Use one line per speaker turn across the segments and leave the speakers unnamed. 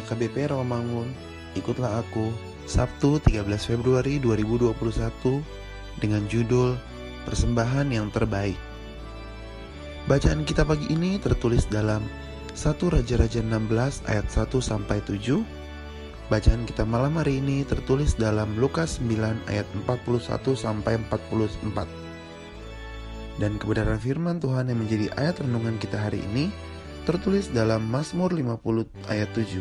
HKBP Rawamangun, ikutlah aku Sabtu 13 Februari 2021 dengan judul Persembahan yang Terbaik. Bacaan kita pagi ini tertulis dalam 1 Raja-Raja 16 ayat 1-7. Bacaan kita malam hari ini tertulis dalam Lukas 9 ayat 41-44. Dan kebenaran firman Tuhan yang menjadi ayat renungan kita hari ini tertulis dalam Mazmur 50 ayat 7.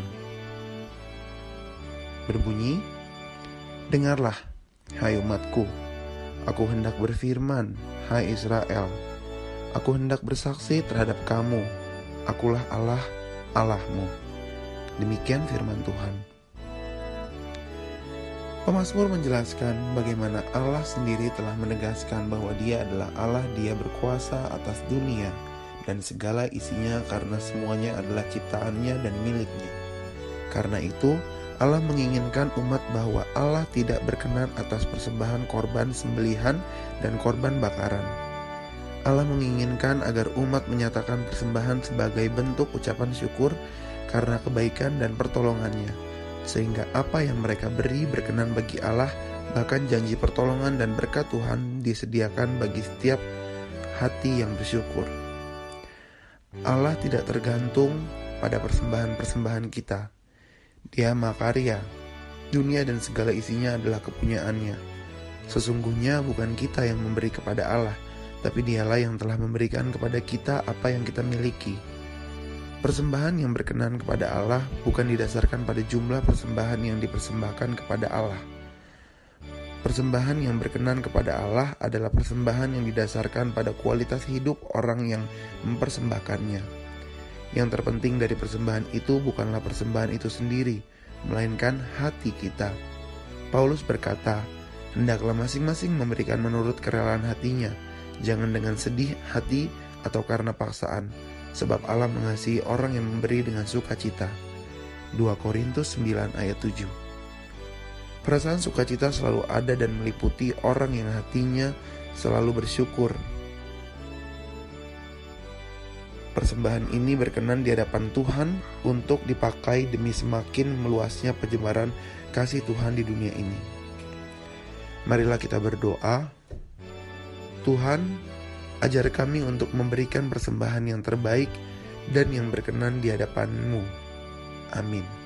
Berbunyi, "Dengarlah, hai umatku, aku hendak berfirman, hai Israel. Aku hendak bersaksi terhadap kamu, akulah Allah, Allahmu." Demikian firman Tuhan. Pemazmur menjelaskan bagaimana Allah sendiri telah menegaskan bahwa Dia adalah Allah, Dia berkuasa atas dunia dan segala isinya karena semuanya adalah ciptaannya dan miliknya. Karena itu, Allah menginginkan umat bahwa Allah tidak berkenan atas persembahan korban sembelihan dan korban bakaran. Allah menginginkan agar umat menyatakan persembahan sebagai bentuk ucapan syukur karena kebaikan dan pertolongannya, sehingga apa yang mereka beri berkenan bagi Allah, bahkan janji pertolongan dan berkat Tuhan disediakan bagi setiap hati yang bersyukur. Allah tidak tergantung pada persembahan-persembahan kita. Dia makarya. Dunia dan segala isinya adalah kepunyaannya. Sesungguhnya bukan kita yang memberi kepada Allah, tapi Dialah yang telah memberikan kepada kita apa yang kita miliki. Persembahan yang berkenan kepada Allah bukan didasarkan pada jumlah persembahan yang dipersembahkan kepada Allah. Persembahan yang berkenan kepada Allah adalah persembahan yang didasarkan pada kualitas hidup orang yang mempersembahkannya. Yang terpenting dari persembahan itu bukanlah persembahan itu sendiri, melainkan hati kita. Paulus berkata, "Hendaklah masing-masing memberikan menurut kerelaan hatinya, jangan dengan sedih hati atau karena paksaan, sebab Allah mengasihi orang yang memberi dengan sukacita." 2 Korintus 9 ayat 7. Perasaan sukacita selalu ada dan meliputi orang yang hatinya selalu bersyukur. Persembahan ini berkenan di hadapan Tuhan untuk dipakai demi semakin meluasnya penyebaran kasih Tuhan di dunia ini. Marilah kita berdoa. Tuhan, ajar kami untuk memberikan persembahan yang terbaik dan yang berkenan di hadapan-Mu. Amin.